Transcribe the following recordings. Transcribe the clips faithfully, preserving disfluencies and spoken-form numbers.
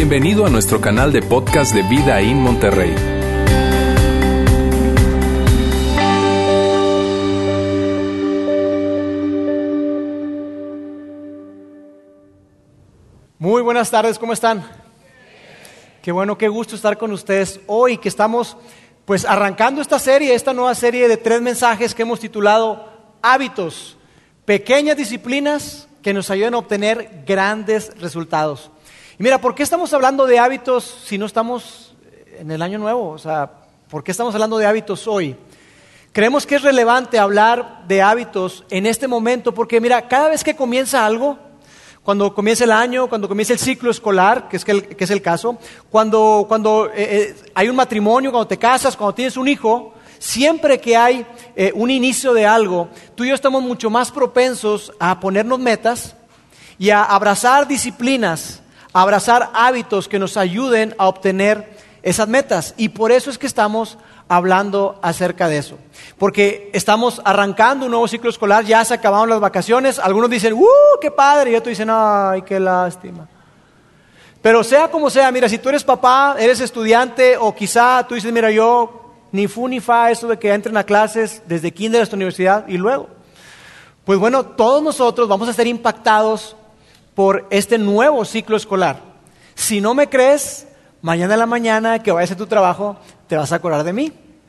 Bienvenido a nuestro canal de podcast de Vida en Monterrey. Muy buenas tardes, ¿cómo están? Qué bueno, qué gusto estar con ustedes hoy, que estamos pues arrancando esta serie, esta nueva serie de tres mensajes que hemos titulado Hábitos, pequeñas disciplinas que nos ayudan a obtener grandes resultados. Y mira, ¿por qué estamos hablando de hábitos si no estamos en el año nuevo? O sea, ¿por qué estamos hablando de hábitos hoy? Creemos que es relevante hablar de hábitos en este momento porque mira, cada vez que comienza algo, cuando comienza el año, cuando comienza el ciclo escolar, que es, que el, que es el caso, cuando, cuando eh, eh, hay un matrimonio, cuando te casas, cuando tienes un hijo, siempre que hay eh, un inicio de algo, tú y yo estamos mucho más propensos a ponernos metas y a abrazar disciplinas, a abrazar hábitos que nos ayuden a obtener esas metas. Y por eso es que estamos hablando acerca de eso. Porque estamos arrancando un nuevo ciclo escolar, ya se acabaron las vacaciones, algunos dicen, ¡uh, qué padre! Y otros dicen, ¡ay, qué lástima! Pero sea como sea, mira, si tú eres papá, eres estudiante, o quizá tú dices, mira, yo ni fu ni fa eso de que entren a clases desde kinder hasta universidad y luego. Pues bueno, todos nosotros vamos a ser impactados por este nuevo ciclo escolar. Si no me crees, mañana en la mañana que vayas a tu trabajo, te vas a acordar de mí.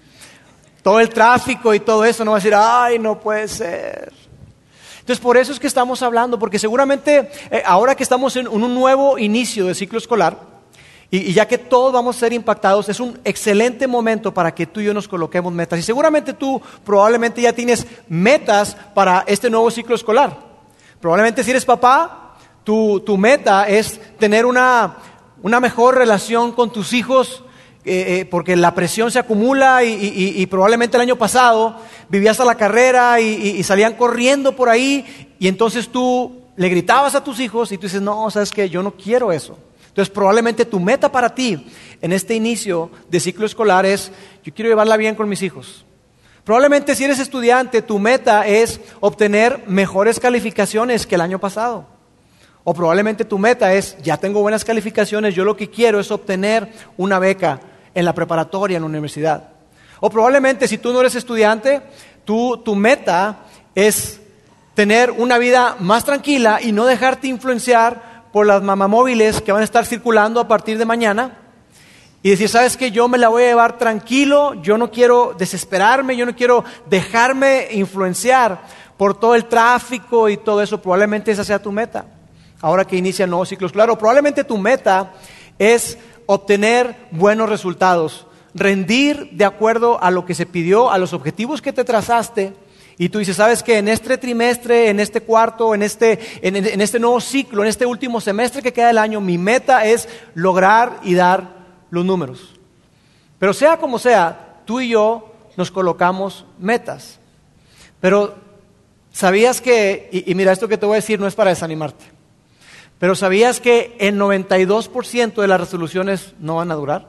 Todo el tráfico y todo eso, no vas a decir, ay, no puede ser. Entonces, por eso es que estamos hablando, porque seguramente eh, ahora que estamos en un nuevo inicio de ciclo escolar, y, y ya que todos vamos a ser impactados, es un excelente momento para que tú y yo nos coloquemos metas. Y seguramente tú probablemente ya tienes metas para este nuevo ciclo escolar. Probablemente si eres papá, tu, tu meta es tener una, una mejor relación con tus hijos, Eh, eh, porque la presión se acumula y, y, y probablemente el año pasado vivías a la carrera y, y, y salían corriendo por ahí y entonces tú le gritabas a tus hijos y tú dices, no, ¿sabes qué? Yo no quiero eso. Entonces probablemente tu meta para ti en este inicio de ciclo escolar es, yo quiero llevarla bien con mis hijos. Probablemente si eres estudiante, tu meta es obtener mejores calificaciones que el año pasado. O probablemente tu meta es, ya tengo buenas calificaciones, yo lo que quiero es obtener una beca en la preparatoria, en la universidad. O probablemente si tú no eres estudiante, tú, tu meta es tener una vida más tranquila y no dejarte influenciar por las mamamóviles que van a estar circulando a partir de mañana y decir, ¿sabes qué? Yo me la voy a llevar tranquilo, yo no quiero desesperarme, yo no quiero dejarme influenciar por todo el tráfico y todo eso. Probablemente esa sea tu meta, ahora que inicia el nuevo ciclo escolar. O probablemente tu meta es obtener buenos resultados, rendir de acuerdo a lo que se pidió, a los objetivos que te trazaste, y tú dices, ¿sabes qué? En este trimestre, en este cuarto, en este, en, en este nuevo ciclo, en este último semestre que queda del año, mi meta es lograr y dar los números. Pero sea como sea, tú y yo nos colocamos metas. Pero ¿sabías que, y, y mira, esto que te voy a decir no es para desanimarte, pero ¿sabías que el noventa y dos por ciento de las resoluciones no van a durar?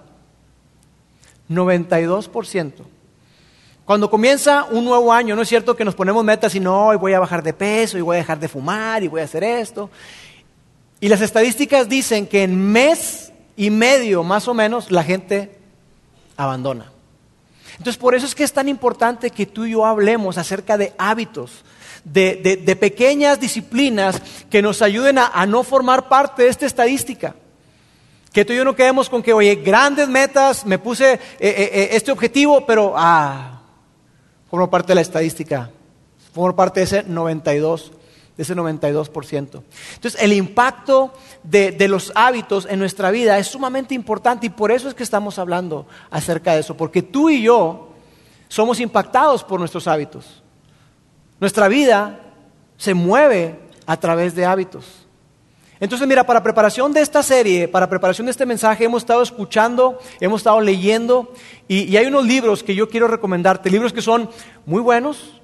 noventa y dos por ciento. Cuando comienza un nuevo año, no es cierto que nos ponemos metas y no, hoy voy a bajar de peso, y voy a dejar de fumar, y voy a hacer esto. Y las estadísticas dicen que en mes y medio, más o menos, la gente abandona. Entonces, por eso es que es tan importante que tú y yo hablemos acerca de hábitos, De, de, de pequeñas disciplinas que nos ayuden a, a no formar parte de esta estadística. Que tú y yo no quedemos con que, oye, grandes metas, me puse eh, eh, este objetivo, pero ah, formo parte de la estadística, formo parte de ese noventa y dos, de ese noventa y dos por ciento. Entonces, el impacto de, de los hábitos en nuestra vida es sumamente importante y por eso es que estamos hablando acerca de eso, porque tú y yo somos impactados por nuestros hábitos. Nuestra vida se mueve a través de hábitos. Entonces, mira, para preparación de esta serie, para preparación de este mensaje, hemos estado escuchando, hemos estado leyendo, y, y hay unos libros que yo quiero recomendarte, libros que son muy buenos,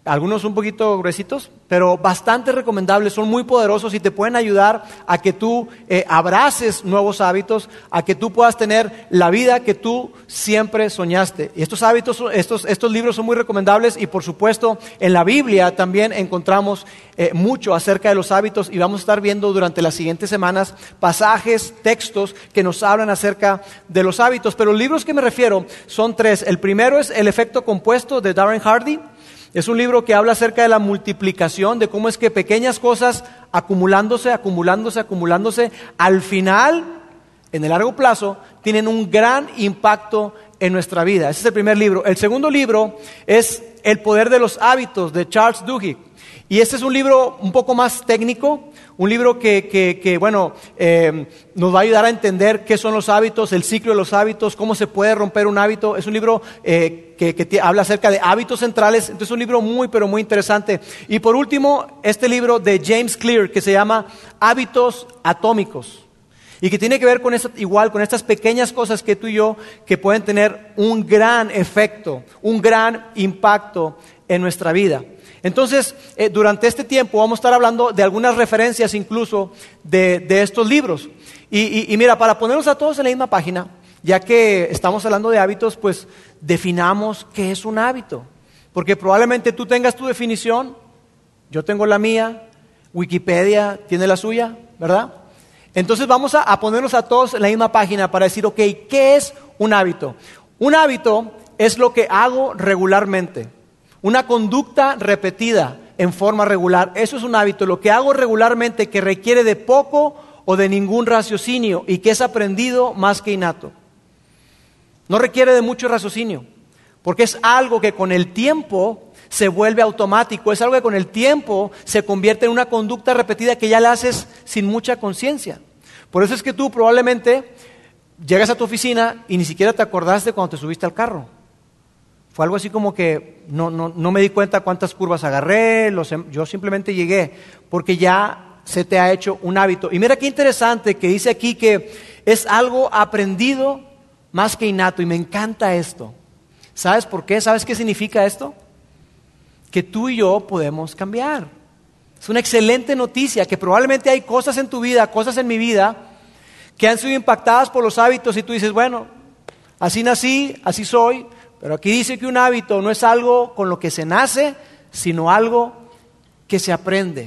Algunos un poquito gruesitos, pero bastante recomendables, son muy poderosos y te pueden ayudar a que tú eh, abraces nuevos hábitos, a que tú puedas tener la vida que tú siempre soñaste. Y estos hábitos, estos, estos libros son muy recomendables y por supuesto en la Biblia también encontramos eh, mucho acerca de los hábitos y vamos a estar viendo durante las siguientes semanas pasajes, textos que nos hablan acerca de los hábitos. Pero los libros que me refiero son tres. El primero es El efecto compuesto de Darren Hardy. Es un libro que habla acerca de la multiplicación, de cómo es que pequeñas cosas acumulándose, acumulándose, acumulándose, al final, en el largo plazo, tienen un gran impacto en nuestra vida. Ese es el primer libro. El segundo libro es El poder de los hábitos, de Charles Duhigg. Y este es un libro un poco más técnico, un libro que, que, que bueno, eh, nos va a ayudar a entender qué son los hábitos, el ciclo de los hábitos, cómo se puede romper un hábito. Es un libro eh, que, que habla acerca de hábitos centrales, entonces es un libro muy, pero muy interesante. Y por último, este libro de James Clear, que se llama Hábitos Atómicos, y que tiene que ver con esta, igual con estas pequeñas cosas que tú y yo, que pueden tener un gran efecto, un gran impacto en nuestra vida. Entonces, eh, durante este tiempo vamos a estar hablando de algunas referencias incluso de, de estos libros. Y, y, y mira, para ponernos a todos en la misma página, ya que estamos hablando de hábitos, pues definamos qué es un hábito. Porque probablemente tú tengas tu definición, yo tengo la mía, Wikipedia tiene la suya, ¿verdad? Entonces vamos a, a ponernos a todos en la misma página para decir, ok, ¿qué es un hábito? Un hábito es lo que hago regularmente. Una conducta repetida en forma regular, eso es un hábito, lo que hago regularmente que requiere de poco o de ningún raciocinio y que es aprendido más que innato. No requiere de mucho raciocinio, porque es algo que con el tiempo se vuelve automático, es algo que con el tiempo se convierte en una conducta repetida que ya la haces sin mucha conciencia. Por eso es que tú probablemente llegas a tu oficina y ni siquiera te acordaste cuando te subiste al carro. Fue algo así como que no, no, no me di cuenta cuántas curvas agarré, los, yo simplemente llegué, porque ya se te ha hecho un hábito. Y mira qué interesante que dice aquí que es algo aprendido más que innato, y me encanta esto. ¿Sabes por qué? ¿Sabes qué significa esto? Que tú y yo podemos cambiar. Es una excelente noticia, que probablemente hay cosas en tu vida, cosas en mi vida, que han sido impactadas por los hábitos y tú dices, bueno, así nací, así soy. Pero aquí dice que un hábito no es algo con lo que se nace, sino algo que se aprende.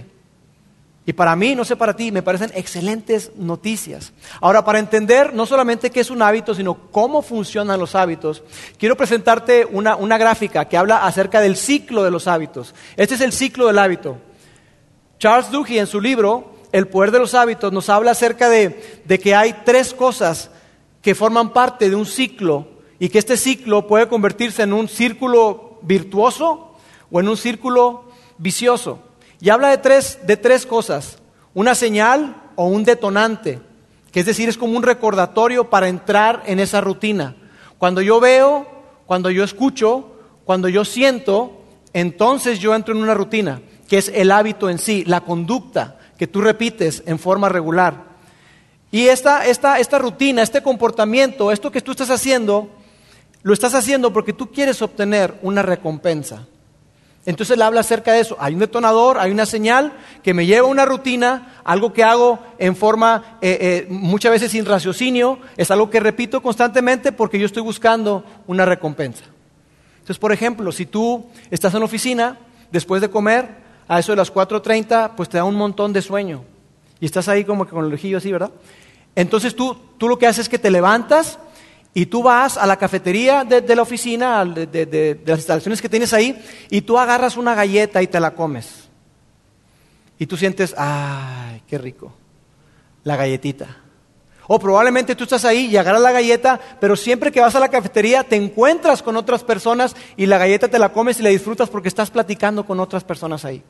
Y para mí, no sé para ti, me parecen excelentes noticias. Ahora, para entender no solamente qué es un hábito, sino cómo funcionan los hábitos, quiero presentarte una, una gráfica que habla acerca del ciclo de los hábitos. Este es el ciclo del hábito. Charles Duhigg, en su libro, El poder de los hábitos, nos habla acerca de, de que hay tres cosas que forman parte de un ciclo, y que este ciclo puede convertirse en un círculo virtuoso o en un círculo vicioso. Y habla de tres, de tres cosas: una señal o un detonante, que es decir, es como un recordatorio para entrar en esa rutina. Cuando yo veo, cuando yo escucho, cuando yo siento, entonces yo entro en una rutina, que es el hábito en sí, la conducta que tú repites en forma regular. Y esta, esta, esta rutina, este comportamiento, esto que tú estás haciendo, lo estás haciendo porque tú quieres obtener una recompensa. Entonces él habla acerca de eso. Hay un detonador, hay una señal que me lleva a una rutina, algo que hago en forma eh, eh, muchas veces sin raciocinio, es algo que repito constantemente porque yo estoy buscando una recompensa. Entonces, por ejemplo, si tú estás en la oficina, después de comer, a eso de las cuatro treinta, pues te da un montón de sueño. Y estás ahí como que con el ojillo así, ¿verdad? Entonces tú, tú lo que haces es que te levantas y tú vas a la cafetería de, de la oficina, de, de, de, de las instalaciones que tienes ahí, y tú agarras una galleta y te la comes. Y tú sientes, ¡ay, qué rico! La galletita. O probablemente tú estás ahí y agarras la galleta, pero siempre que vas a la cafetería te encuentras con otras personas y la galleta te la comes y la disfrutas porque estás platicando con otras personas ahí.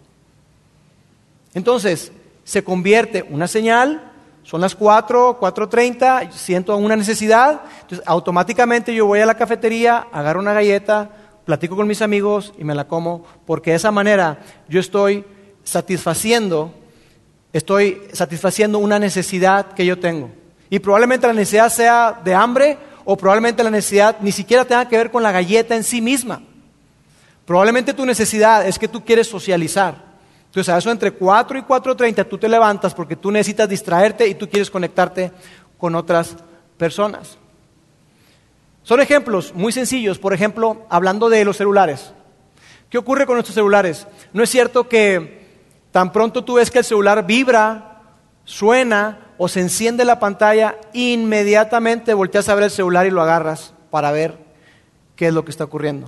Entonces, se convierte una señal. Son las cuatro, cuatro treinta, siento una necesidad, entonces automáticamente yo voy a la cafetería, agarro una galleta, platico con mis amigos y me la como, porque de esa manera yo estoy satisfaciendo, estoy satisfaciendo una necesidad que yo tengo. Y probablemente la necesidad sea de hambre, o probablemente la necesidad ni siquiera tenga que ver con la galleta en sí misma. Probablemente tu necesidad es que tú quieres socializar. Entonces a eso entre cuatro y cuatro treinta tú te levantas porque tú necesitas distraerte y tú quieres conectarte con otras personas. Son ejemplos muy sencillos. Por ejemplo, hablando de los celulares. ¿Qué ocurre con nuestros celulares? ¿No es cierto que tan pronto tú ves que el celular vibra, suena o se enciende la pantalla, inmediatamente volteas a ver el celular y lo agarras para ver qué es lo que está ocurriendo?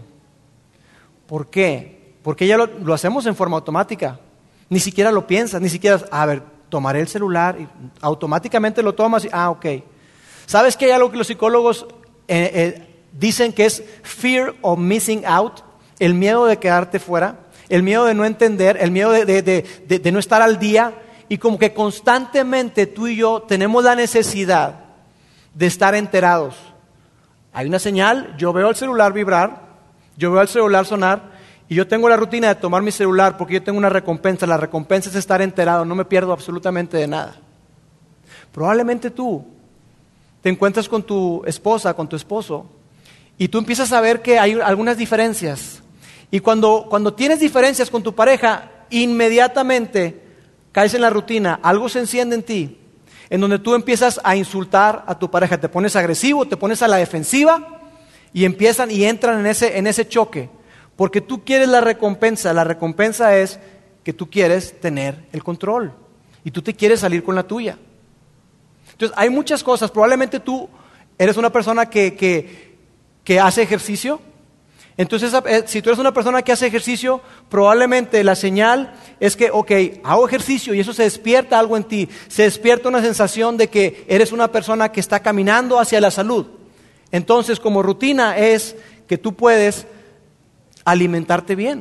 ¿Por qué? Porque ya lo, lo hacemos en forma automática. Ni siquiera lo piensas, ni siquiera, a ver, tomaré el celular y automáticamente lo tomas y, ah, ok. ¿Sabes que hay algo que los psicólogos eh, eh, dicen que es fear of missing out? El miedo de quedarte fuera, el miedo de no entender, el miedo de, de, de, de, de no estar al día. Y como que constantemente tú y yo tenemos la necesidad de estar enterados. Hay una señal, yo veo el celular vibrar, yo veo el celular sonar y yo tengo la rutina de tomar mi celular porque yo tengo una recompensa. La recompensa es estar enterado, no me pierdo absolutamente de nada. Probablemente tú te encuentras con tu esposa, con tu esposo y tú empiezas a ver que hay algunas diferencias. Y cuando, cuando tienes diferencias con tu pareja, inmediatamente caes en la rutina, algo se enciende en ti, en donde tú empiezas a insultar a tu pareja, te pones agresivo, te pones a la defensiva y empiezan y entran en ese, en ese choque, porque tú quieres la recompensa. La recompensa es que tú quieres tener el control y tú te quieres salir con la tuya. Entonces hay muchas cosas. Probablemente tú eres una persona que, que, que hace ejercicio. Entonces, si tú eres una persona que hace ejercicio, probablemente la señal es que, ok, hago ejercicio y eso se despierta algo en ti. Se despierta una sensación de que eres una persona que está caminando hacia la salud. Entonces, como rutina es que tú puedes alimentarte bien.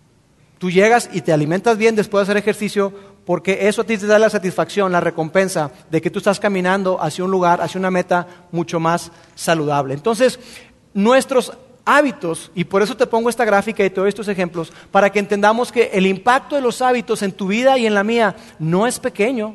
Tú llegas y te alimentas bien después de hacer ejercicio porque eso a ti te da la satisfacción, la recompensa de que tú estás caminando hacia un lugar, hacia una meta mucho más saludable. Entonces, nuestros hábitos, y por eso te pongo esta gráfica y te doy estos ejemplos, para que entendamos que el impacto de los hábitos en tu vida y en la mía no es pequeño.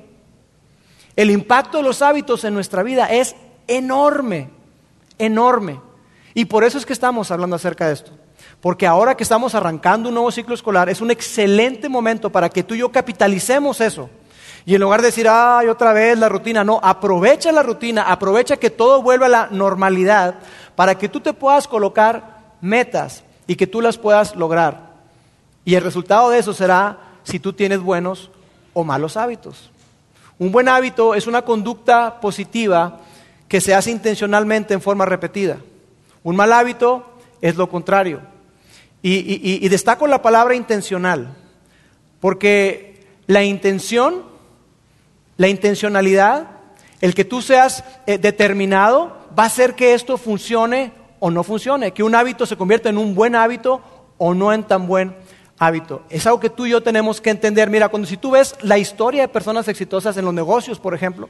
El impacto de los hábitos en nuestra vida es enorme, enorme. Y por eso es que estamos hablando acerca de esto. Porque ahora que estamos arrancando un nuevo ciclo escolar, es un excelente momento para que tú y yo capitalicemos eso. Y en lugar de decir, ay, otra vez la rutina, no, aprovecha la rutina, aprovecha que todo vuelva a la normalidad para que tú te puedas colocar metas y que tú las puedas lograr. Y el resultado de eso será si tú tienes buenos o malos hábitos. Un buen hábito es una conducta positiva que se hace intencionalmente en forma repetida. Un mal hábito es lo contrario. Y, y, y destaco la palabra intencional, porque la intención, la intencionalidad, el que tú seas eh, determinado, va a hacer que esto funcione o no funcione, que un hábito se convierta en un buen hábito o no en tan buen hábito. Es algo que tú y yo tenemos que entender. Mira, cuando si tú ves la historia de personas exitosas en los negocios, por ejemplo,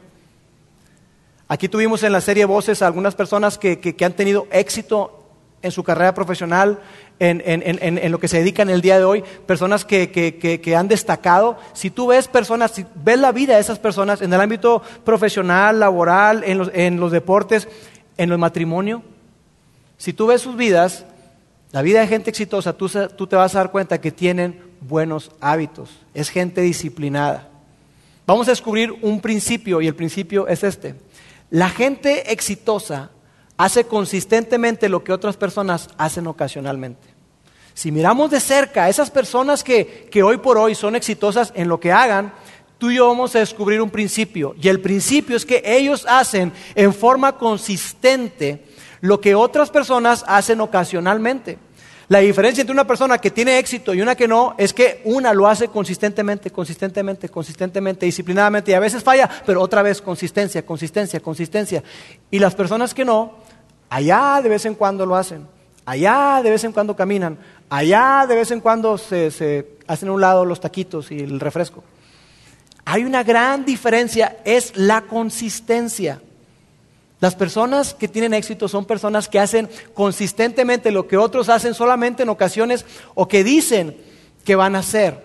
aquí tuvimos en la serie Voces a algunas personas que, que, que han tenido éxito en su carrera profesional, en, en, en, en lo que se dedican el día de hoy, personas que, que, que, que han destacado. Si tú ves personas, si ves la vida de esas personas en el ámbito profesional, laboral, en los, en los deportes, en el matrimonio, si tú ves sus vidas, la vida de gente exitosa, tú, tú te vas a dar cuenta que tienen buenos hábitos, es gente disciplinada. Vamos a descubrir un principio y el principio es este. La gente exitosa hace consistentemente lo que otras personas hacen ocasionalmente. Si miramos de cerca a esas personas que, que hoy por hoy son exitosas en lo que hagan, tú y yo vamos a descubrir un principio. Y el principio es que ellos hacen en forma consistente lo que otras personas hacen ocasionalmente. La diferencia entre una persona que tiene éxito y una que no es que una lo hace consistentemente, consistentemente, consistentemente, disciplinadamente, y a veces falla, pero otra vez consistencia, consistencia, consistencia. Y las personas que no, allá de vez en cuando lo hacen, allá de vez en cuando caminan, allá de vez en cuando se, se hacen a un lado los taquitos y el refresco. Hay una gran diferencia, es la consistencia. Las personas que tienen éxito son personas que hacen consistentemente lo que otros hacen solamente en ocasiones o que dicen que van a hacer.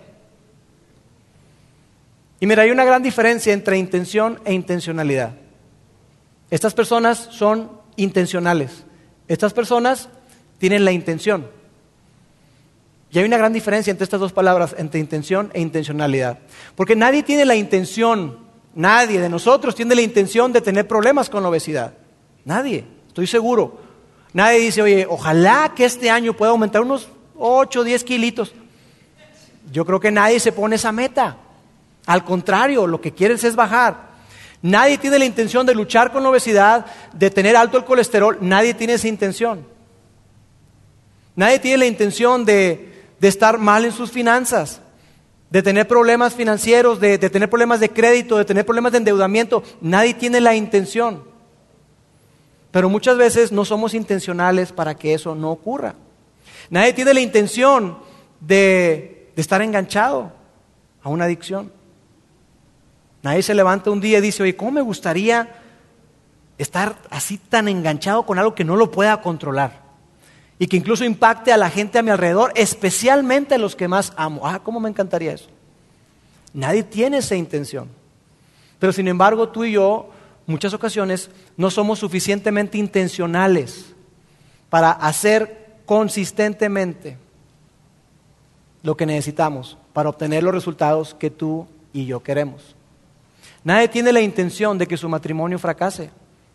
Y mira, hay una gran diferencia entre intención e intencionalidad. Estas personas son intencionales. Estas personas tienen la intención. Y hay una gran diferencia entre estas dos palabras, entre intención e intencionalidad. Porque nadie tiene la intención, nadie de nosotros tiene la intención de tener problemas con la obesidad. Nadie, estoy seguro. Nadie dice, oye, ojalá que este año pueda aumentar unos ocho o diez kilitos. Yo creo que nadie se pone esa meta. Al contrario, lo que quieres es bajar. Nadie tiene la intención de luchar con la obesidad, de tener alto el colesterol. Nadie tiene esa intención. Nadie tiene la intención de, de estar mal en sus finanzas, de tener problemas financieros, de, de tener problemas de crédito, de tener problemas de endeudamiento. Nadie tiene la intención. Pero muchas veces no somos intencionales para que eso no ocurra. Nadie tiene la intención de, de estar enganchado a una adicción. Nadie se levanta un día y dice, oye, ¿cómo me gustaría estar así tan enganchado con algo que no lo pueda controlar? Y que incluso impacte a la gente a mi alrededor, especialmente a los que más amo. Ah, ¿cómo me encantaría eso? Nadie tiene esa intención. Pero sin embargo, tú y yo, muchas ocasiones, no somos suficientemente intencionales para hacer consistentemente lo que necesitamos para obtener los resultados que tú y yo queremos. Nadie tiene la intención de que su matrimonio fracase.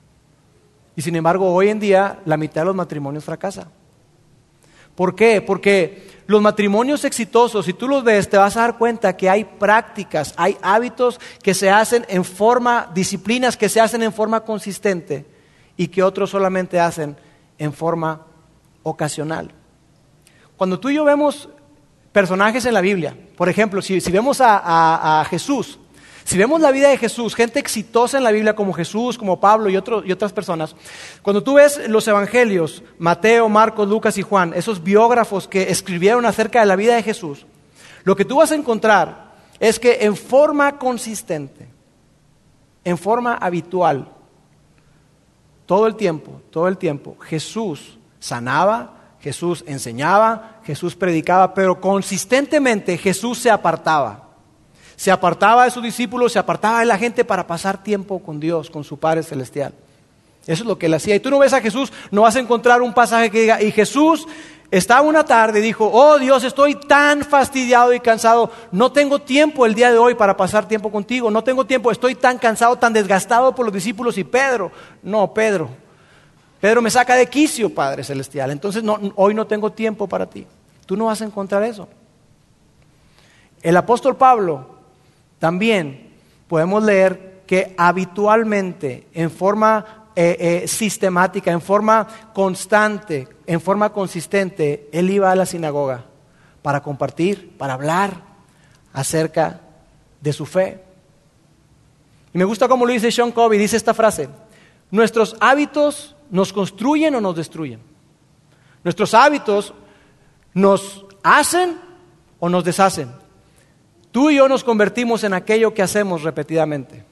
Y sin embargo, hoy en día, la mitad de los matrimonios fracasa. ¿Por qué? Porque los matrimonios exitosos, si tú los ves, te vas a dar cuenta que hay prácticas, hay hábitos que se hacen en forma, disciplinas que se hacen en forma consistente y que otros solamente hacen en forma ocasional. Cuando tú y yo vemos personajes en la Biblia, por ejemplo, si, si vemos a, a, a Jesús, si vemos la vida de Jesús, gente exitosa en la Biblia como Jesús, como Pablo y, otro, y otras personas, cuando tú ves los evangelios, Mateo, Marcos, Lucas y Juan, esos biógrafos que escribieron acerca de la vida de Jesús, lo que tú vas a encontrar es que en forma consistente, en forma habitual, todo el tiempo, todo el tiempo, Jesús sanaba, Jesús enseñaba, Jesús predicaba, pero consistentemente Jesús se apartaba. Se apartaba de sus discípulos, se apartaba de la gente para pasar tiempo con Dios, con su Padre Celestial. Eso es lo que él hacía. Y tú no ves a Jesús, no vas a encontrar un pasaje que diga, y Jesús estaba una tarde y dijo, oh Dios, estoy tan fastidiado y cansado, no tengo tiempo el día de hoy para pasar tiempo contigo, no tengo tiempo, estoy tan cansado, tan desgastado por los discípulos y Pedro. No, Pedro, Pedro me saca de quicio, Padre Celestial, entonces no, hoy no tengo tiempo para ti. Tú no vas a encontrar eso. El apóstol Pablo también podemos leer que habitualmente, en forma eh, eh, sistemática, en forma constante, en forma consistente, él iba a la sinagoga para compartir, para hablar acerca de su fe. Y me gusta cómo lo dice Sean Covey, dice esta frase: nuestros hábitos nos construyen o nos destruyen. Nuestros hábitos nos hacen o nos deshacen. Tú y yo nos convertimos en aquello que hacemos repetidamente.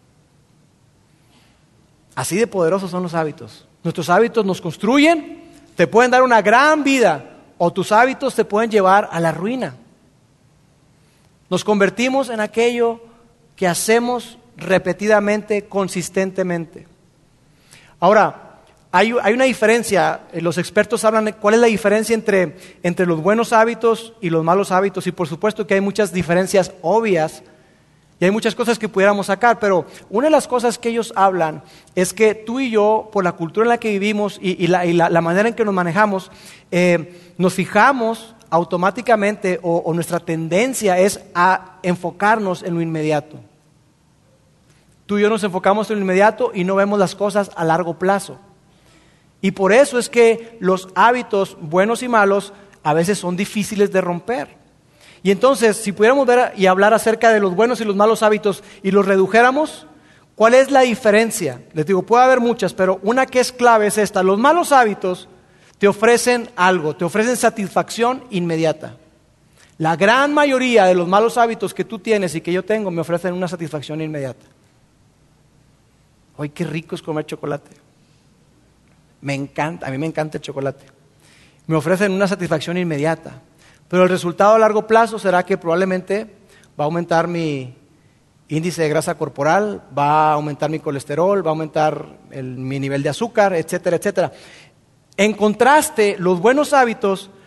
Así de poderosos son los hábitos. Nuestros hábitos nos construyen, te pueden dar una gran vida, o tus hábitos te pueden llevar a la ruina. Nos convertimos en aquello que hacemos repetidamente, consistentemente. Ahora, Hay, hay una diferencia, los expertos hablan de cuál es la diferencia entre, entre los buenos hábitos y los malos hábitos, y por supuesto que hay muchas diferencias obvias y hay muchas cosas que pudiéramos sacar, pero una de las cosas que ellos hablan es que tú y yo, por la cultura en la que vivimos y, y, la, y la, la manera en que nos manejamos, eh, nos fijamos automáticamente o, o nuestra tendencia es a enfocarnos en lo inmediato. Tú y yo nos enfocamos en lo inmediato y no vemos las cosas a largo plazo. Y por eso es que los hábitos buenos y malos a veces son difíciles de romper. Y entonces, si pudiéramos ver y hablar acerca de los buenos y los malos hábitos y los redujéramos, ¿cuál es la diferencia? Les digo, puede haber muchas, pero una que es clave es esta. Los malos hábitos te ofrecen algo, te ofrecen satisfacción inmediata. La gran mayoría de los malos hábitos que tú tienes y que yo tengo me ofrecen una satisfacción inmediata. ¡Ay, qué rico es comer chocolate! Me encanta, a mí me encanta el chocolate. Me ofrecen una satisfacción inmediata, pero el resultado a largo plazo será que probablemente va a aumentar mi índice de grasa corporal, va a aumentar mi colesterol, va a aumentar el, mi nivel de azúcar, etcétera, etcétera. En contraste, los buenos hábitos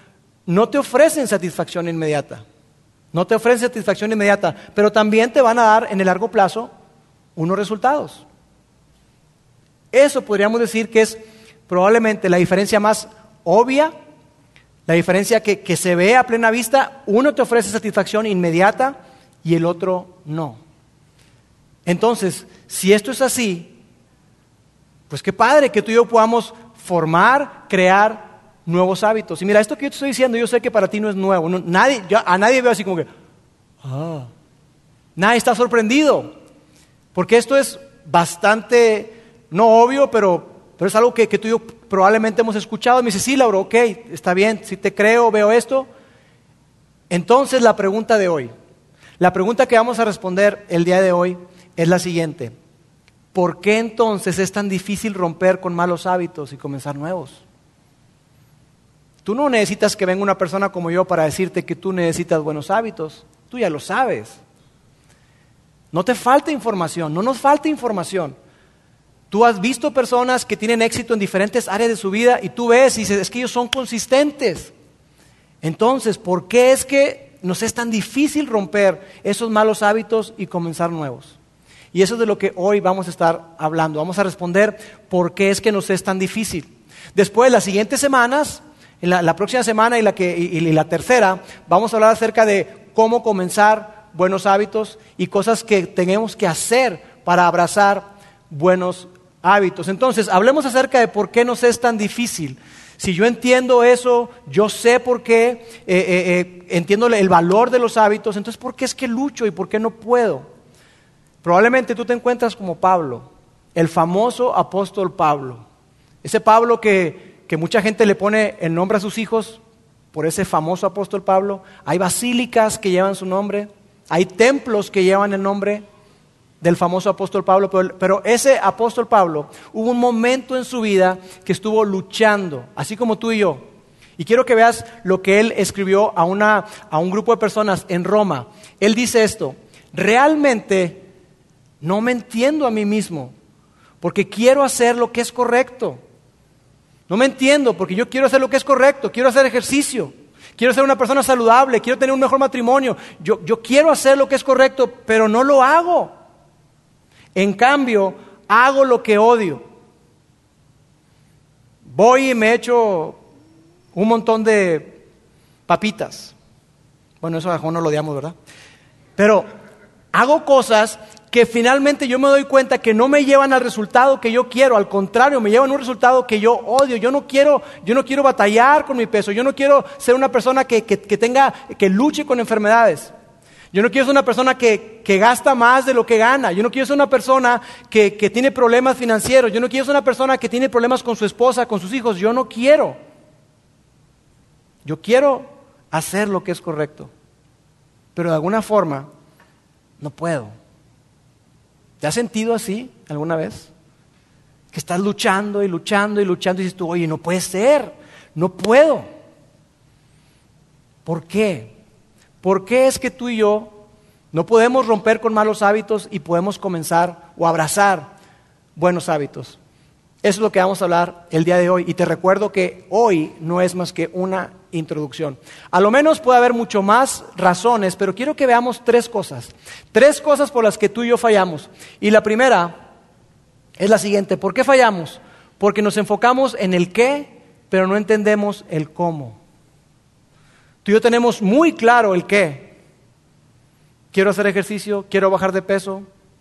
no te ofrecen satisfacción inmediata. No te ofrecen satisfacción inmediata, pero también te van a dar en el largo plazo unos resultados. Eso podríamos decir que es probablemente la diferencia más obvia, la diferencia que, que se ve a plena vista. Uno te ofrece satisfacción inmediata y el otro no. Entonces, si esto es así, pues qué padre que tú y yo podamos formar, crear nuevos hábitos. Y mira, esto que yo te estoy diciendo, yo sé que para ti no es nuevo. No, nadie, yo, a nadie veo así como que, ah, nadie está sorprendido. Porque esto es bastante, no obvio, pero, pero es algo que, que tú y yo probablemente hemos escuchado. Y me dice, sí, Lauro, ok, está bien, si te creo, veo esto. Entonces la pregunta de hoy, la pregunta que vamos a responder el día de hoy es la siguiente. ¿Por qué entonces es tan difícil romper con malos hábitos y comenzar nuevos? Tú no necesitas que venga una persona como yo para decirte que tú necesitas buenos hábitos. Tú ya lo sabes. No te falta información, no nos falta información. Tú has visto personas que tienen éxito en diferentes áreas de su vida y tú ves y dices, es que ellos son consistentes. Entonces, ¿por qué es que nos es tan difícil romper esos malos hábitos y comenzar nuevos? Y eso es de lo que hoy vamos a estar hablando. Vamos a responder por qué es que nos es tan difícil. Después, las siguientes semanas, en la, la próxima semana y la, que, y, y la tercera, vamos a hablar acerca de cómo comenzar buenos hábitos y cosas que tenemos que hacer para abrazar buenos hábitos. Entonces, hablemos acerca de por qué nos es tan difícil. Si yo entiendo eso, yo sé por qué, eh, eh, eh, entiendo el valor de los hábitos, entonces ¿por qué es que lucho y por qué no puedo? Probablemente tú te encuentras como Pablo, el famoso apóstol Pablo. Ese Pablo que, que mucha gente le pone el nombre a sus hijos por ese famoso apóstol Pablo. Hay basílicas que llevan su nombre, hay templos que llevan el nombre del famoso apóstol Pablo, pero, pero ese apóstol Pablo hubo un momento en su vida que estuvo luchando, así como tú y yo. Y quiero que veas lo que él escribió a, una, a un grupo de personas en Roma. Él dice esto: realmente no me entiendo a mí mismo, porque quiero hacer lo que es correcto. No me entiendo porque yo quiero hacer lo que es correcto, quiero hacer ejercicio, quiero ser una persona saludable, quiero tener un mejor matrimonio. Yo, yo quiero hacer lo que es correcto, pero no lo hago. En cambio, hago lo que odio. Voy y me echo un montón de papitas. Bueno, eso a lo mejor no lo odiamos, ¿verdad? Pero hago cosas que finalmente yo me doy cuenta que no me llevan al resultado que yo quiero, al contrario, me llevan a un resultado que yo odio. Yo no quiero, yo no quiero batallar con mi peso, yo no quiero ser una persona que, que, que tenga, que luche con enfermedades. Yo no quiero ser una persona que, que gasta más de lo que gana. Yo no quiero ser una persona que, que tiene problemas financieros. Yo no quiero ser una persona que tiene problemas con su esposa, con sus hijos. Yo no quiero. Yo quiero hacer lo que es correcto. Pero de alguna forma no puedo. ¿Te has sentido así alguna vez? Que estás luchando y luchando y luchando y dices tú, oye, no puede ser, no puedo. ¿Por qué? ¿Por qué es que tú y yo no podemos romper con malos hábitos y podemos comenzar o abrazar buenos hábitos? Eso es lo que vamos a hablar el día de hoy. Y te recuerdo que hoy no es más que una introducción. A lo menos puede haber mucho más razones, pero quiero que veamos tres cosas. Tres cosas por las que tú y yo fallamos. Y la primera es la siguiente. ¿Por qué fallamos? Porque nos enfocamos en el qué, pero no entendemos el cómo. Tú y yo tenemos muy claro el qué. Quiero hacer ejercicio, quiero bajar de peso,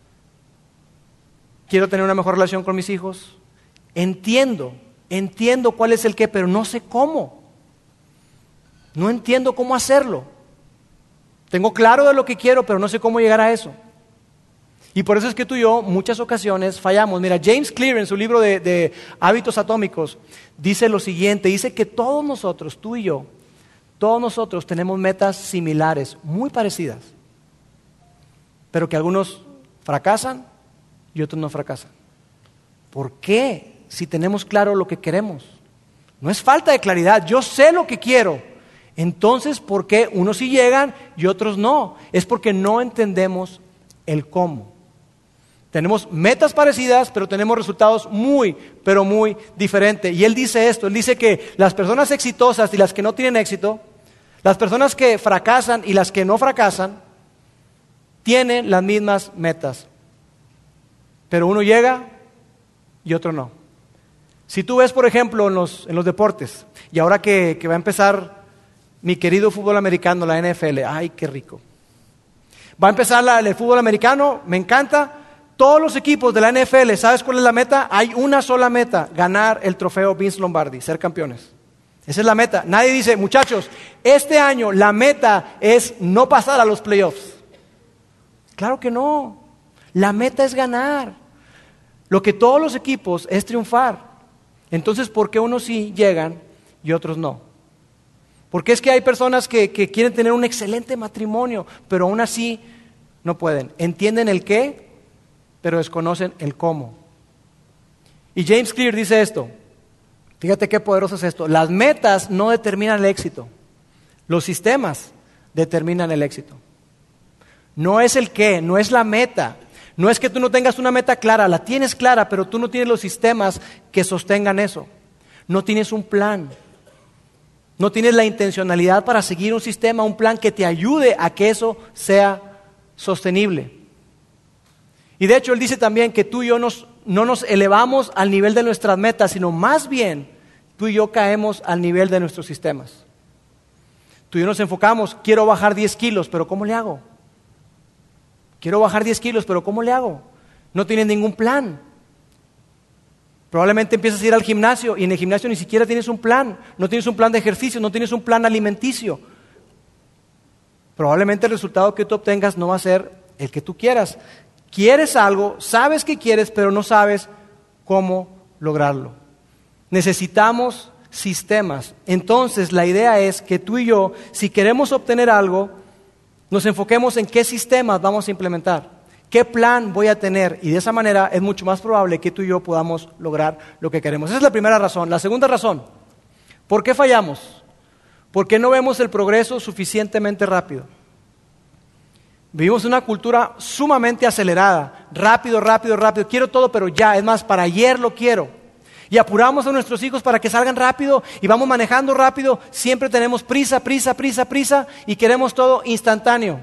quiero tener una mejor relación con mis hijos. Entiendo, entiendo cuál es el qué, pero no sé cómo. No entiendo cómo hacerlo. Tengo claro de lo que quiero, pero no sé cómo llegar a eso. Y por eso es que tú y yo muchas ocasiones fallamos. Mira, James Clear en su libro de, de Hábitos Atómicos dice lo siguiente, dice que todos nosotros, tú y yo, todos nosotros tenemos metas similares, muy parecidas, pero que algunos fracasan y otros no fracasan. ¿Por qué? Si tenemos claro lo que queremos. No es falta de claridad, yo sé lo que quiero. Entonces, ¿por qué unos sí llegan y otros no? Es porque no entendemos el cómo. Tenemos metas parecidas, pero tenemos resultados muy, pero muy diferentes. Y él dice esto, él dice que las personas exitosas y las que no tienen éxito Las personas que fracasan y las que no fracasan tienen las mismas metas, pero uno llega y otro no. Si tú ves, por ejemplo, en los, en los deportes, y ahora que, que va a empezar mi querido fútbol americano, la N F L, ¡ay, qué rico! Va a empezar la, el fútbol americano, me encanta. Todos los equipos de la N F L, ¿sabes cuál es la meta? Hay una sola meta, ganar el trofeo Vince Lombardi, ser campeones. Esa es la meta. Nadie dice, muchachos, este año la meta es no pasar a los playoffs. Claro que no. La meta es ganar. Lo que todos los equipos es triunfar. Entonces, ¿por qué unos sí llegan y otros no? Porque es que hay personas que, que quieren tener un excelente matrimonio, pero aún así no pueden. Entienden el qué, pero desconocen el cómo. Y James Clear dice esto. Fíjate qué poderoso es esto. Las metas no determinan el éxito. Los sistemas determinan el éxito. No es el qué, no es la meta. No es que tú no tengas una meta clara, la tienes clara, pero tú no tienes los sistemas que sostengan eso. No tienes un plan. No tienes la intencionalidad para seguir un sistema, un plan que te ayude a que eso sea sostenible. Y de hecho él dice también que tú y yo nos, no nos elevamos al nivel de nuestras metas, sino más bien tú y yo caemos al nivel de nuestros sistemas. Tú y yo nos enfocamos, quiero bajar diez kilos, pero ¿cómo le hago? Quiero bajar diez kilos, pero ¿cómo le hago? No tienes ningún plan. Probablemente empiezas a ir al gimnasio y en el gimnasio ni siquiera tienes un plan. No tienes un plan de ejercicio, no tienes un plan alimenticio. Probablemente el resultado que tú obtengas no va a ser el que tú quieras. Quieres algo, sabes que quieres, pero no sabes cómo lograrlo. Necesitamos sistemas. Entonces la idea es que tú y yo, si queremos obtener algo, nos enfoquemos en qué sistemas vamos a implementar, qué plan voy a tener, y de esa manera es mucho más probable que tú y yo podamos lograr lo que queremos. Esa es la primera razón. La segunda razón, ¿por qué fallamos? ¿Por qué no vemos el progreso suficientemente rápido? Vivimos una cultura sumamente acelerada, rápido, rápido, rápido, quiero todo pero ya, es más, para ayer lo quiero. Y apuramos a nuestros hijos para que salgan rápido y vamos manejando rápido, siempre tenemos prisa, prisa, prisa, prisa y queremos todo instantáneo.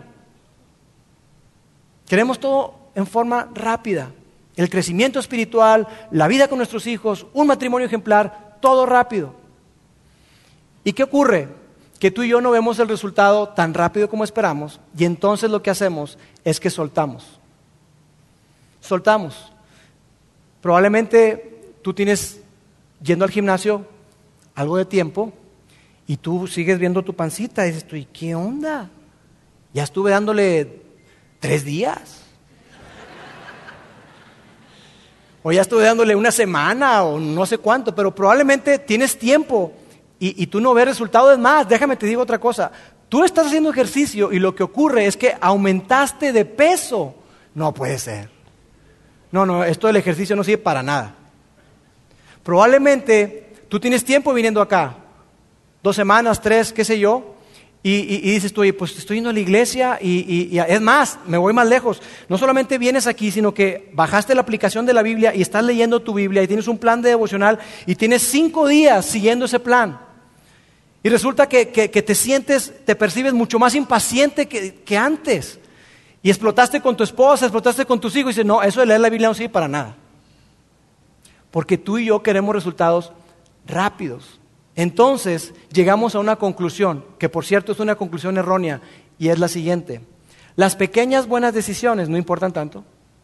Queremos todo en forma rápida. El crecimiento espiritual, la vida con nuestros hijos, un matrimonio ejemplar, todo rápido. ¿Y qué ocurre? Que tú y yo no vemos el resultado tan rápido como esperamos y entonces lo que hacemos es que soltamos. Soltamos. Probablemente tú tienes yendo al gimnasio algo de tiempo y tú sigues viendo tu pancita y dices tú, ¿y qué onda? Ya estuve dándole tres días. O ya estuve dándole una semana o no sé cuánto, pero probablemente tienes tiempo y, y tú no ves resultados. Es más, déjame te digo otra cosa. Tú estás haciendo ejercicio y lo que ocurre es que aumentaste de peso. No puede ser. No, no, esto del ejercicio no sirve para nada. Probablemente tú tienes tiempo viniendo acá, dos semanas, tres, qué sé yo, y, y, y dices tú, oye, pues estoy yendo a la iglesia y, y, y es más, me voy más lejos. No solamente vienes aquí, sino que bajaste la aplicación de la Biblia y estás leyendo tu Biblia y tienes un plan de devocional y tienes cinco días siguiendo ese plan. Y resulta que, que, que te sientes, te percibes mucho más impaciente que, que antes. Y explotaste con tu esposa, explotaste con tus hijos y dices, no, eso de leer la Biblia no sirve para nada. Porque tú y yo queremos resultados rápidos. Entonces llegamos a una conclusión, que por cierto es una conclusión errónea, y es la siguiente. Las pequeñas buenas decisiones no importan tanto.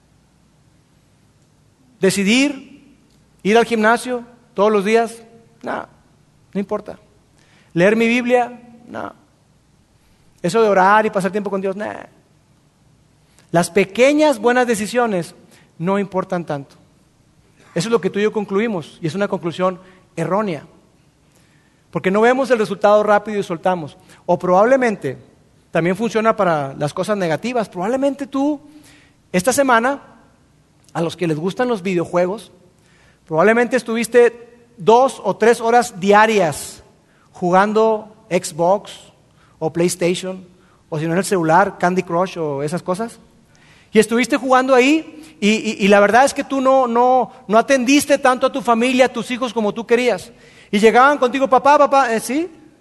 Decidir ir al gimnasio todos los días, no, no importa. Leer mi Biblia, no. Eso de orar y pasar tiempo con Dios, no. Las pequeñas buenas decisiones no importan tanto. Eso es lo que tú y yo concluimos, y es una conclusión errónea. Porque no vemos el resultado rápido y soltamos. O probablemente, también funciona para las cosas negativas, probablemente tú, esta semana, a los que les gustan los videojuegos, probablemente estuviste dos o tres horas diarias jugando Xbox o PlayStation, o si no en el celular, Candy Crush o esas cosas. Y estuviste jugando ahí y, y, y la verdad es que tú no, no, no atendiste tanto a tu familia, a tus hijos como tú querías. Y llegaban contigo, papá, papá, ¿eh, sí?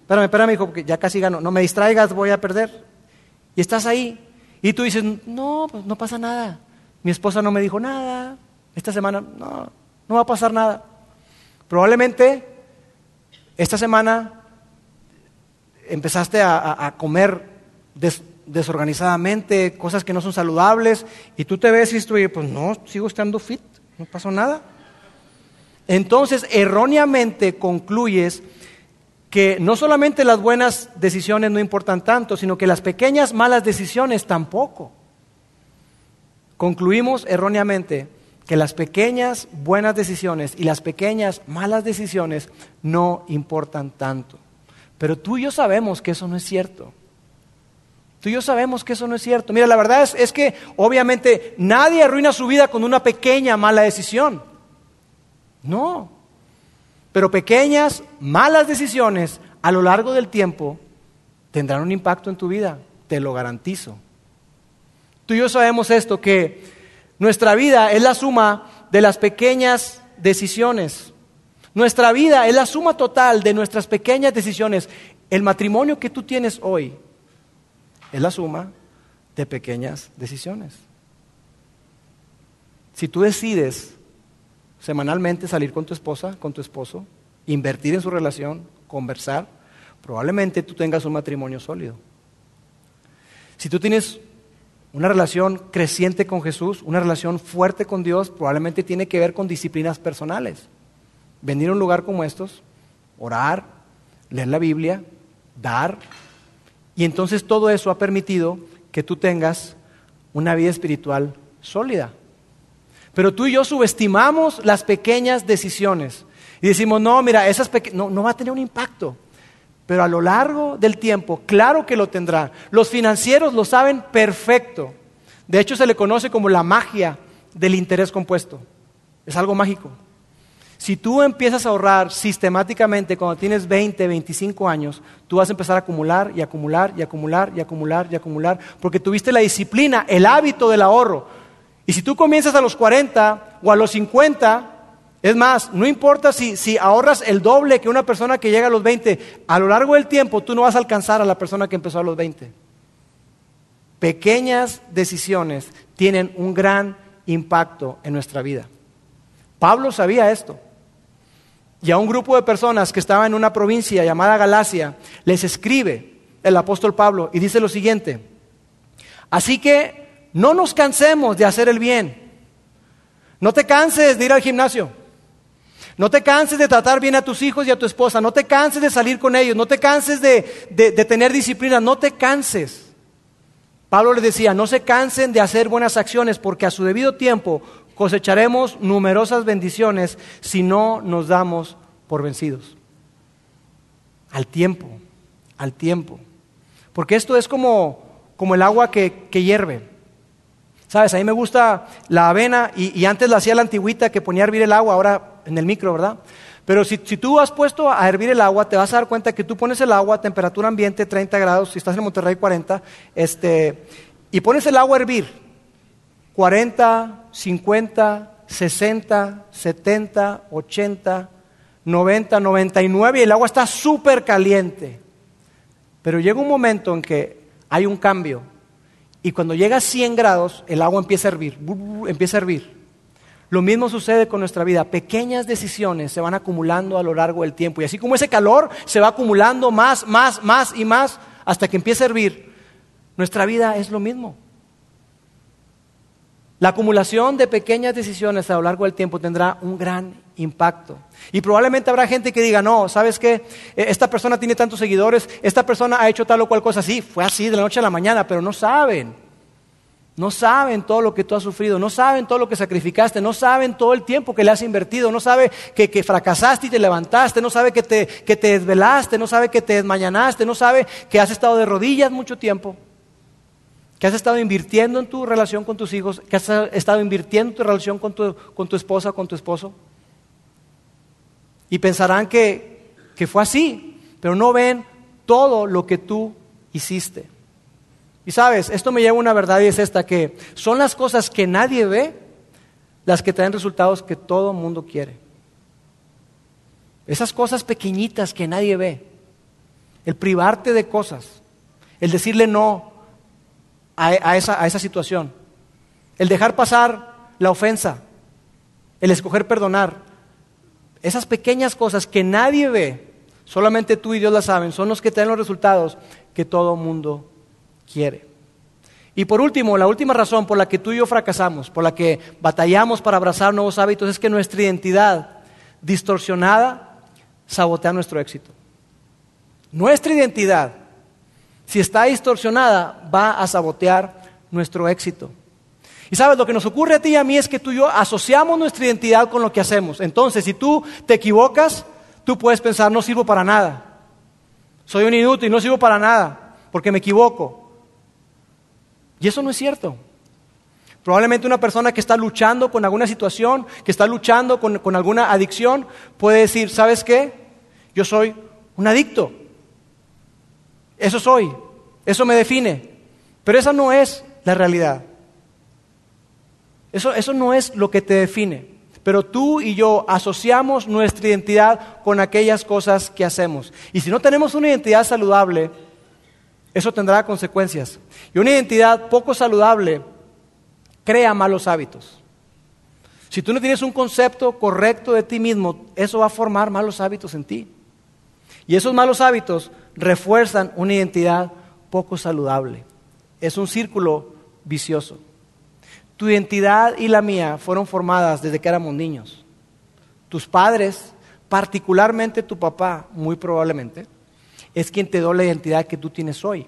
espérame, espérame, hijo, porque ya casi gano, no me distraigas, voy a perder. Y estás ahí, y tú dices, no, pues no pasa nada, mi esposa no me dijo nada, esta semana no, no va a pasar nada. Probablemente esta semana empezaste a, a, a comer des, desorganizadamente, cosas que no son saludables, y tú te ves y dices, pues no, sigo estando fit, no pasó nada. Entonces, erróneamente concluyes que no solamente las buenas decisiones no importan tanto, sino que las pequeñas malas decisiones tampoco. Concluimos erróneamente que las pequeñas buenas decisiones y las pequeñas malas decisiones no importan tanto. Pero tú y yo sabemos que eso no es cierto. Tú y yo sabemos que eso no es cierto. Mira, la verdad es, es que obviamente nadie arruina su vida con una pequeña mala decisión. No. Pero pequeñas malas decisiones a lo largo del tiempo tendrán un impacto en tu vida, te lo garantizo. Tú y yo sabemos esto, que nuestra vida es la suma de las pequeñas decisiones. Nuestra vida es la suma total de nuestras pequeñas decisiones. El matrimonio que tú tienes hoy es la suma de pequeñas decisiones. Si tú decides semanalmente salir con tu esposa, con tu esposo, invertir en su relación, conversar, probablemente tú tengas un matrimonio sólido. Si tú tienes una relación creciente con Jesús, una relación fuerte con Dios, probablemente tiene que ver con disciplinas personales. Venir a un lugar como estos, orar, leer la Biblia, dar, y entonces todo eso ha permitido que tú tengas una vida espiritual sólida. Pero tú y yo subestimamos las pequeñas decisiones y decimos, no, mira, esas peque- no, no va a tener un impacto. Pero a lo largo del tiempo, claro que lo tendrá. Los financieros lo saben perfecto. De hecho, se le conoce como la magia del interés compuesto. Es algo mágico. Si tú empiezas a ahorrar sistemáticamente cuando tienes veinte, veinticinco años, tú vas a empezar a acumular y acumular y acumular y acumular y acumular, porque tuviste la disciplina, el hábito del ahorro. Y si tú comienzas a los cuarenta o a los cincuenta, es más, no importa si, si ahorras el doble que una persona que llega a los veinte, a lo largo del tiempo tú no vas a alcanzar a la persona que empezó a los veinte. Pequeñas decisiones tienen un gran impacto en nuestra vida. Pablo sabía esto. Y a un grupo de personas que estaba en una provincia llamada Galacia, les escribe el apóstol Pablo y dice lo siguiente: así que no nos cansemos de hacer el bien. No te canses de ir al gimnasio. No te canses de tratar bien a tus hijos y a tu esposa. No te canses de salir con ellos. No te canses de, de, de tener disciplina. No te canses. Pablo les decía, no se cansen de hacer buenas acciones, porque a su debido tiempo cosecharemos numerosas bendiciones si no nos damos por vencidos. Al tiempo, al tiempo. Porque esto es como, como el agua que, que hierve. ¿Sabes? A mí me gusta la avena y, y antes la hacía la antigüita que ponía a hervir el agua, ahora en el micro, ¿verdad? Pero si, si tú has puesto a hervir el agua, te vas a dar cuenta que tú pones el agua a temperatura ambiente treinta grados, si estás en Monterrey cuarenta, este, y pones el agua a hervir cuarenta, cincuenta, sesenta, setenta, ochenta, noventa, noventa y nueve y el agua está súper caliente. Pero llega un momento en que hay un cambio y cuando llega a cien grados el agua empieza a hervir, empieza a hervir. Lo mismo sucede con nuestra vida. Pequeñas decisiones se van acumulando a lo largo del tiempo y así como ese calor se va acumulando más, más, más y más hasta que empieza a hervir, nuestra vida es lo mismo. La acumulación de pequeñas decisiones a lo largo del tiempo tendrá un gran impacto. Y probablemente habrá gente que diga, no, ¿sabes qué? Esta persona tiene tantos seguidores, esta persona ha hecho tal o cual cosa. Sí, fue así de la noche a la mañana, pero no saben. No saben todo lo que tú has sufrido, no saben todo lo que sacrificaste, no saben todo el tiempo que le has invertido, no saben que, que fracasaste y te levantaste, no saben que te, que te desvelaste, no saben que te desmañanaste, no saben que has estado de rodillas mucho tiempo, que has estado invirtiendo en tu relación con tus hijos, que has estado invirtiendo en tu relación con tu, con tu esposa, con tu esposo. Y pensarán que, que fue así, pero no ven todo lo que tú hiciste. Y sabes, esto me lleva a una verdad y es esta, que son las cosas que nadie ve las que traen resultados que todo mundo quiere. Esas cosas pequeñitas que nadie ve, el privarte de cosas, el decirle no a, a, esa, a esa situación, el dejar pasar la ofensa, el escoger perdonar. Esas pequeñas cosas que nadie ve, solamente tú y Dios las saben, son los que te dan los resultados que todo mundo quiere. Y por último, la última razón por la que tú y yo fracasamos, por la que batallamos para abrazar nuevos hábitos, es que nuestra identidad distorsionada sabotea nuestro éxito. Nuestra identidad, si está distorsionada, va a sabotear nuestro éxito. Y sabes, lo que nos ocurre a ti y a mí es que tú y yo asociamos nuestra identidad con lo que hacemos. Entonces, si tú te equivocas, tú puedes pensar, no sirvo para nada. Soy un inútil, no sirvo para nada, porque me equivoco. Y eso no es cierto. Probablemente una persona que está luchando con alguna situación, que está luchando con, con alguna adicción, puede decir, ¿sabes qué? Yo soy un adicto. Eso soy, eso me define. Pero esa no es la realidad. Eso, eso no es lo que te define, pero tú y yo asociamos nuestra identidad con aquellas cosas que hacemos. Y si no tenemos una identidad saludable, eso tendrá consecuencias. Y una identidad poco saludable crea malos hábitos. Si tú no tienes un concepto correcto de ti mismo, eso va a formar malos hábitos en ti. Y esos malos hábitos refuerzan una identidad poco saludable. Es un círculo vicioso. Tu identidad y la mía fueron formadas desde que éramos niños. Tus padres, particularmente tu papá, muy probablemente, es quien te dio la identidad que tú tienes hoy.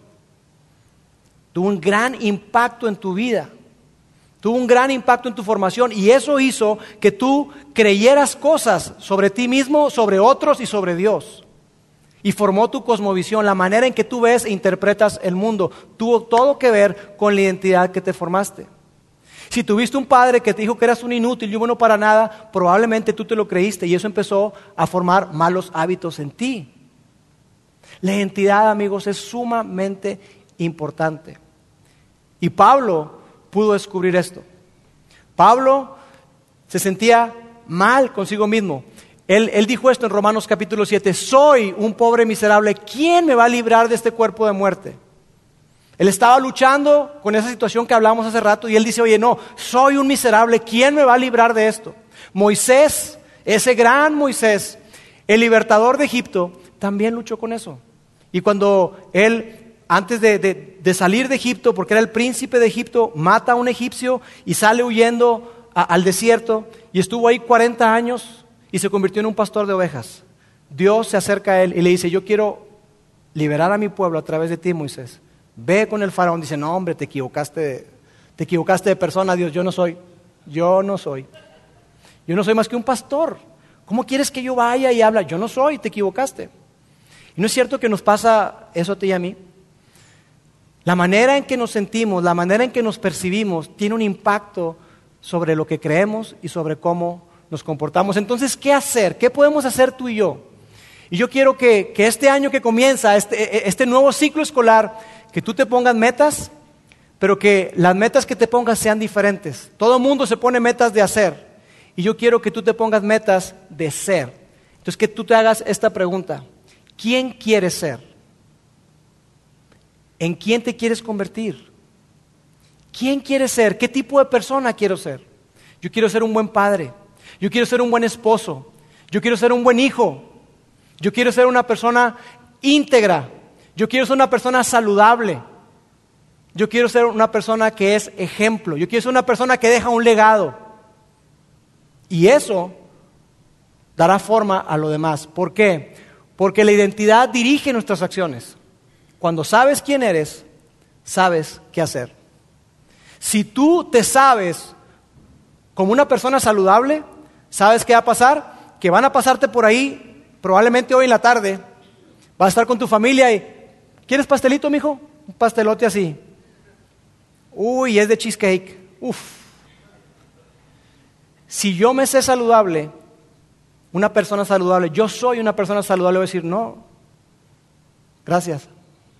Tuvo un gran impacto en tu vida. Tuvo un gran impacto en tu formación y eso hizo que tú creyeras cosas sobre ti mismo, sobre otros y sobre Dios. Y formó tu cosmovisión, la manera en que tú ves e interpretas el mundo. Tuvo todo que ver con la identidad que te formaste. Si tuviste un padre que te dijo que eras un inútil y un bueno para nada, probablemente tú te lo creíste y eso empezó a formar malos hábitos en ti. La identidad, amigos, es sumamente importante. Y Pablo pudo descubrir esto. Pablo se sentía mal consigo mismo. Él, él dijo esto en Romanos capítulo siete, soy un pobre miserable, ¿quién me va a librar de este cuerpo de muerte? Él estaba luchando con esa situación que hablamos hace rato y él dice, oye, no, soy un miserable, ¿quién me va a librar de esto? Moisés, ese gran Moisés, el libertador de Egipto, también luchó con eso. Y cuando él, antes de, de, de salir de Egipto, porque era el príncipe de Egipto, mata a un egipcio y sale huyendo a, al desierto y estuvo ahí cuarenta años y se convirtió en un pastor de ovejas. Dios se acerca a él y le dice, yo quiero liberar a mi pueblo a través de ti, Moisés. Ve con el faraón, dice, no hombre, te equivocaste, de, te equivocaste de persona, Dios, yo no soy, yo no soy. Yo no soy más que un pastor. ¿Cómo quieres que yo vaya y habla? Yo no soy, te equivocaste. ¿Y no es cierto que nos pasa eso a ti y a mí? La manera en que nos sentimos, la manera en que nos percibimos, tiene un impacto sobre lo que creemos y sobre cómo nos comportamos. Entonces, ¿qué hacer? ¿Qué podemos hacer tú y yo? Y yo quiero que, que este año que comienza, este, este nuevo ciclo escolar, que tú te pongas metas, pero que las metas que te pongas sean diferentes. Todo el mundo se pone metas de hacer, y yo quiero que tú te pongas metas de ser. Entonces, que tú te hagas esta pregunta, ¿quién quieres ser? ¿En quién te quieres convertir? ¿Quién quieres ser? ¿Qué tipo de persona quiero ser? Yo quiero ser un buen padre, yo quiero ser un buen esposo, yo quiero ser un buen hijo, yo quiero ser una persona íntegra, yo quiero ser una persona saludable, yo quiero ser una persona que es ejemplo, yo quiero ser una persona que deja un legado. Y eso dará forma a lo demás. ¿Por qué? Porque la identidad dirige nuestras acciones. Cuando sabes quién eres, sabes qué hacer. Si tú te sabes como una persona saludable, ¿sabes qué va a pasar? Que van a pasarte por ahí, probablemente hoy en la tarde, vas a estar con tu familia y ¿quieres pastelito, mijo? Un pastelote así. Uy, es de cheesecake. Uf. Si yo me sé saludable, una persona saludable, yo soy una persona saludable, voy a decir, no, gracias.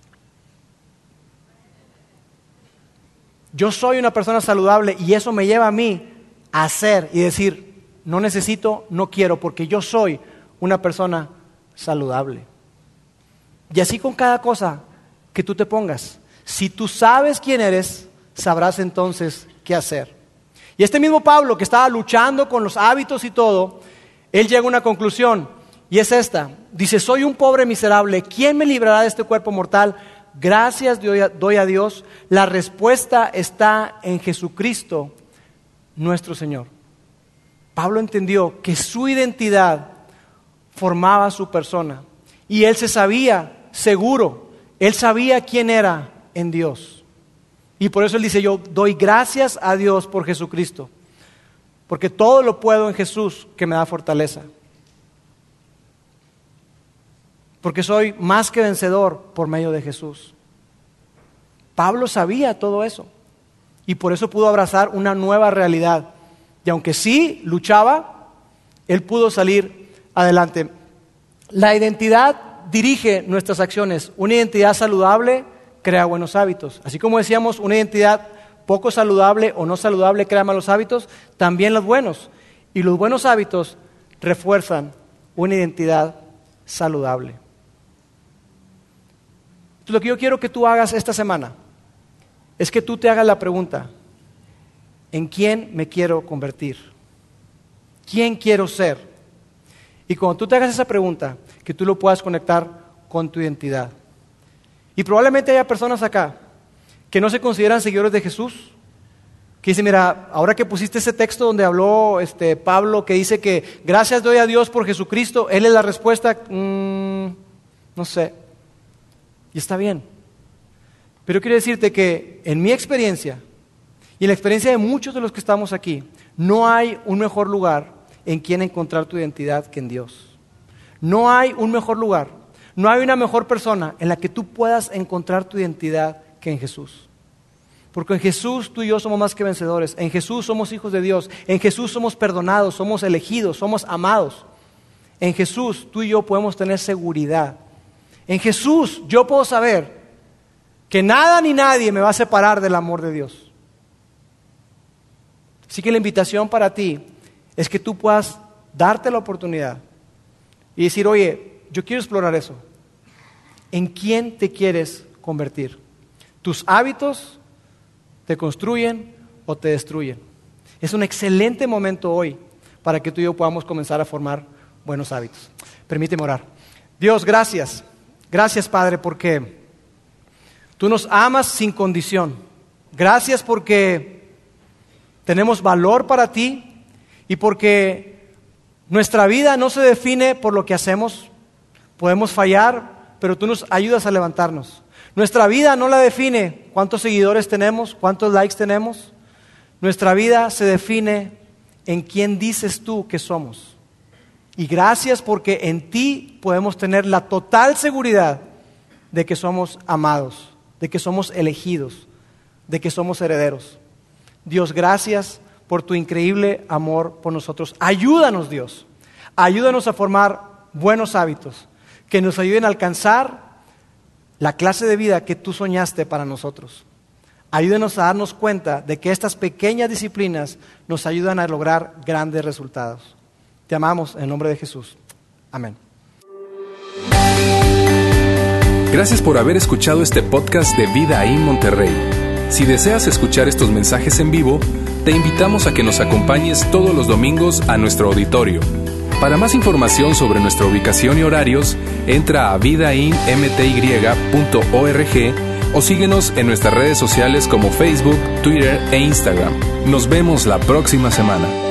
Yo soy una persona saludable y eso me lleva a mí a hacer y decir, no necesito, no quiero, porque yo soy una persona saludable. Y así con cada cosa que tú te pongas. Si tú sabes quién eres, sabrás entonces qué hacer. Y este mismo Pablo, que estaba luchando con los hábitos y todo, él llega a una conclusión, y es esta. Dice, soy un pobre miserable, ¿quién me librará de este cuerpo mortal? Gracias doy a, doy a Dios. La respuesta está en Jesucristo, nuestro Señor. Pablo entendió que su identidad formaba su persona, y él se sabía seguro, él sabía quién era en Dios. Y por eso él dice, yo doy gracias a Dios por Jesucristo, porque todo lo puedo en Jesús que me da fortaleza. Porque soy más que vencedor por medio de Jesús. Pablo sabía todo eso y por eso pudo abrazar una nueva realidad. Y aunque sí luchaba, él pudo salir adelante. La identidad dirige nuestras acciones. Una identidad saludable crea buenos hábitos. Así como decíamos, una identidad poco saludable o no saludable crea malos hábitos, también los buenos. Y los buenos hábitos refuerzan una identidad saludable. Entonces, lo que yo quiero que tú hagas esta semana es que tú te hagas la pregunta, ¿en quién me quiero convertir? ¿Quién quiero ser? Y cuando tú te hagas esa pregunta, que tú lo puedas conectar con tu identidad. Y probablemente haya personas acá que no se consideran seguidores de Jesús, que dicen, mira, ahora que pusiste ese texto donde habló este Pablo, que dice que gracias doy a Dios por Jesucristo, Él es la respuesta, mmm, no sé, y está bien. Pero quiero decirte que en mi experiencia, y en la experiencia de muchos de los que estamos aquí, no hay un mejor lugar en quien encontrar tu identidad que en Dios. No hay un mejor lugar. No hay una mejor persona en la que tú puedas encontrar tu identidad que en Jesús. Porque en Jesús tú y yo somos más que vencedores. En Jesús somos hijos de Dios. En Jesús somos perdonados, somos elegidos, somos amados. En Jesús tú y yo podemos tener seguridad. En Jesús yo puedo saber que nada ni nadie me va a separar del amor de Dios. Así que la invitación para ti es que tú puedas darte la oportunidad y decir, oye, yo quiero explorar eso. ¿En quién te quieres convertir? ¿Tus hábitos te construyen o te destruyen? Es un excelente momento hoy para que tú y yo podamos comenzar a formar buenos hábitos. Permíteme orar. Dios, gracias. Gracias, Padre, porque tú nos amas sin condición. Gracias porque tenemos valor para ti y porque nuestra vida no se define por lo que hacemos. Podemos fallar, pero tú nos ayudas a levantarnos. Nuestra vida no la define cuántos seguidores tenemos, cuántos likes tenemos. Nuestra vida se define en quién dices tú que somos. Y gracias porque en ti podemos tener la total seguridad de que somos amados, de que somos elegidos, de que somos herederos. Dios, gracias por tu increíble amor por nosotros. Ayúdanos, Dios. Ayúdanos a formar buenos hábitos que nos ayuden a alcanzar la clase de vida que tú soñaste para nosotros. Ayúdenos a darnos cuenta de que estas pequeñas disciplinas nos ayudan a lograr grandes resultados. Te amamos en el nombre de Jesús. Amén. Gracias por haber escuchado este podcast de Vida en Monterrey. Si deseas escuchar estos mensajes en vivo, te invitamos a que nos acompañes todos los domingos a nuestro auditorio. Para más información sobre nuestra ubicación y horarios, entra a vida in m t y punto org o síguenos en nuestras redes sociales como Facebook, Twitter e Instagram. Nos vemos la próxima semana.